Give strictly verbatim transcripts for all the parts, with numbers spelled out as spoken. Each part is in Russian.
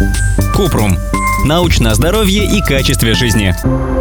Купрум. Научное здоровье и качестве жизни.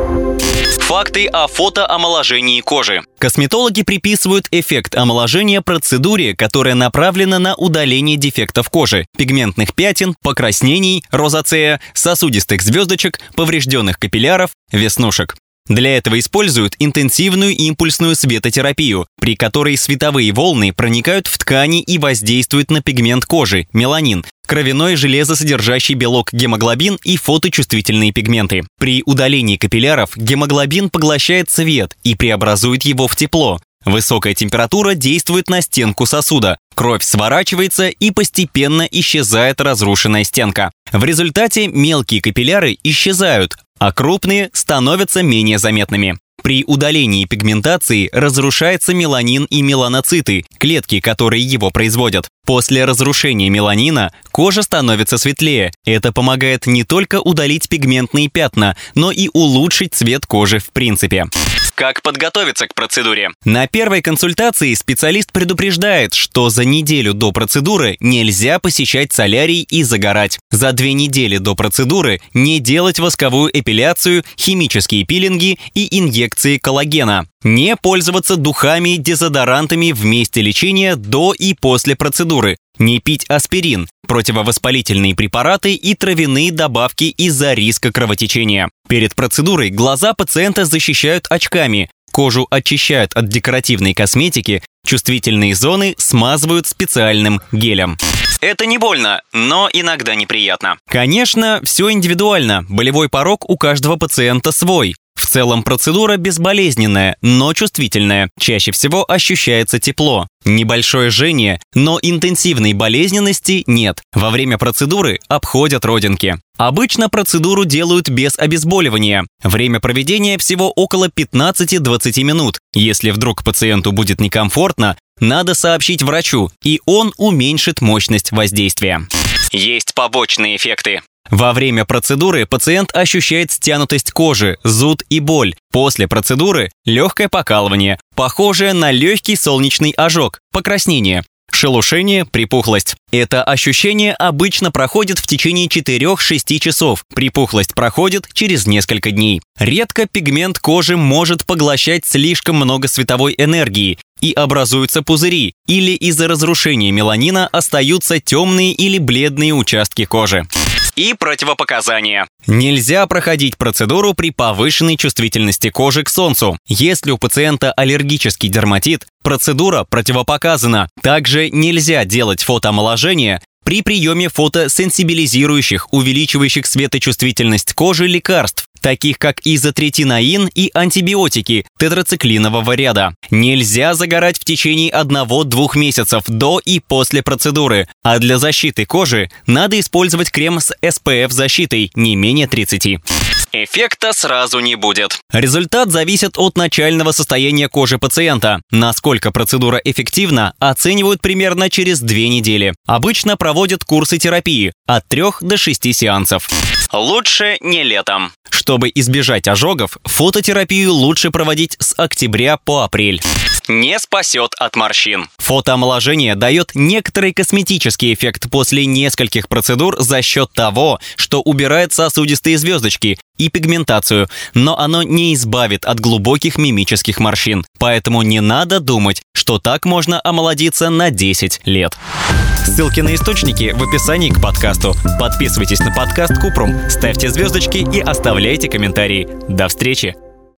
Факты о фотоомоложении кожи. Косметологи приписывают эффект омоложения процедуре, которая направлена на удаление дефектов кожи, пигментных пятен, покраснений, розацея, сосудистых звездочек, поврежденных капилляров, веснушек. Для этого используют интенсивную импульсную светотерапию, при которой световые волны проникают в ткани и воздействуют на пигмент кожи – меланин, кровяной железосодержащий белок гемоглобин и фоточувствительные пигменты. При удалении капилляров гемоглобин поглощает свет и преобразует его в тепло. Высокая температура действует на стенку сосуда. Кровь сворачивается и постепенно исчезает разрушенная стенка. В результате мелкие капилляры исчезают, а крупные становятся менее заметными. При удалении пигментации разрушается меланин и меланоциты, клетки, которые его производят. После разрушения меланина кожа становится светлее. Это помогает не только удалить пигментные пятна, но и улучшить цвет кожи в принципе. Как подготовиться к процедуре? На первой консультации специалист предупреждает, что за неделю до процедуры нельзя посещать солярий и загорать. За две недели до процедуры не делать восковую эпиляцию, химические пилинги и инъекции коллагена. Не пользоваться духами и дезодорантами в месте лечения до и после процедуры. Не пить аспирин, противовоспалительные препараты и травяные добавки из-за риска кровотечения. Перед процедурой глаза пациента защищают очками, кожу очищают от декоративной косметики, чувствительные зоны смазывают специальным гелем. Это не больно, но иногда неприятно. Конечно, все индивидуально, болевой порог у каждого пациента свой. В целом процедура безболезненная, но чувствительная. Чаще всего ощущается тепло. Небольшое жжение, но интенсивной болезненности нет. Во время процедуры обходят родинки. Обычно процедуру делают без обезболивания. Время проведения всего около пятнадцати-двадцати минут. Если вдруг пациенту будет некомфортно, надо сообщить врачу, и он уменьшит мощность воздействия. Есть побочные эффекты. Во время процедуры пациент ощущает стянутость кожи, зуд и боль. После процедуры легкое покалывание, похожее на легкий солнечный ожог, покраснение, шелушение, припухлость. Это ощущение обычно проходит в течение четырёх-шести часов. Припухлость проходит через несколько дней. Редко пигмент кожи может поглощать слишком много световой энергии, и образуются пузыри, или из-за разрушения меланина остаются темные или бледные участки кожи. И противопоказания. Нельзя проходить процедуру при повышенной чувствительности кожи к солнцу. Если у пациента аллергический дерматит, процедура противопоказана. Также нельзя делать фотоомоложение при приеме фотосенсибилизирующих, увеличивающих светочувствительность кожи лекарств, таких как изотретиноин и антибиотики тетрациклинового ряда. Нельзя загорать в течение одного-двух месяцев до и после процедуры, а для защиты кожи надо использовать крем с эс пэ эф-защитой не менее тридцати. Эффекта сразу не будет. Результат зависит от начального состояния кожи пациента. Насколько процедура эффективна, оценивают примерно через две недели. Обычно проводят курсы терапии от трёх до шести сеансов. Лучше не летом. Чтобы избежать ожогов, фототерапию лучше проводить с октября по апрель. Не спасет от морщин. Фотоомоложение дает некоторый косметический эффект после нескольких процедур за счет того, что убирает сосудистые звездочки и пигментацию, но оно не избавит от глубоких мимических морщин. Поэтому не надо думать, что так можно омолодиться на десять лет. Ссылки на источники в описании к подкасту. Подписывайтесь на подкаст Купрум, ставьте звездочки и оставляйте комментарии. До встречи!